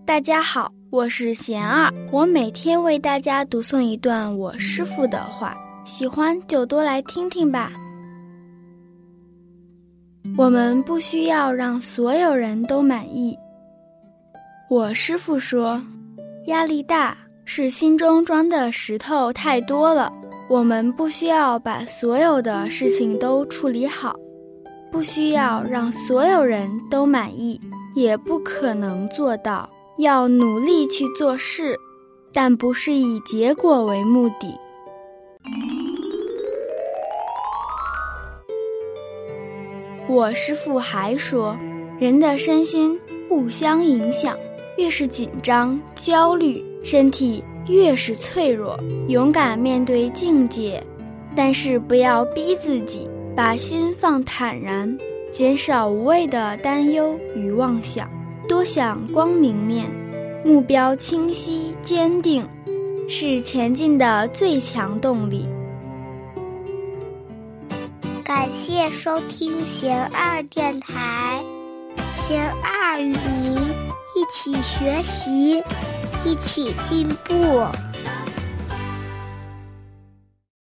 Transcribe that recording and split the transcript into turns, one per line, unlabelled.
大家好，我是贤儿，我每天为大家读诵一段我师父的话，喜欢就多来听听吧。我们不需要让所有人都满意。我师父说，压力大是心中装的石头太多了，我们不需要把所有的事情都处理好，不需要让所有人都满意，也不可能做到。要努力去做事，但不是以结果为目的。我师父还说，人的身心互相影响，越是紧张、焦虑，身体越是脆弱。勇敢面对境界，但是不要逼自己，把心放坦然，减少无谓的担忧与妄想，多想光明面。目标清晰坚定，是前进的最强动力。
感谢收听贤二电台，贤二与您一起学习，一起进步。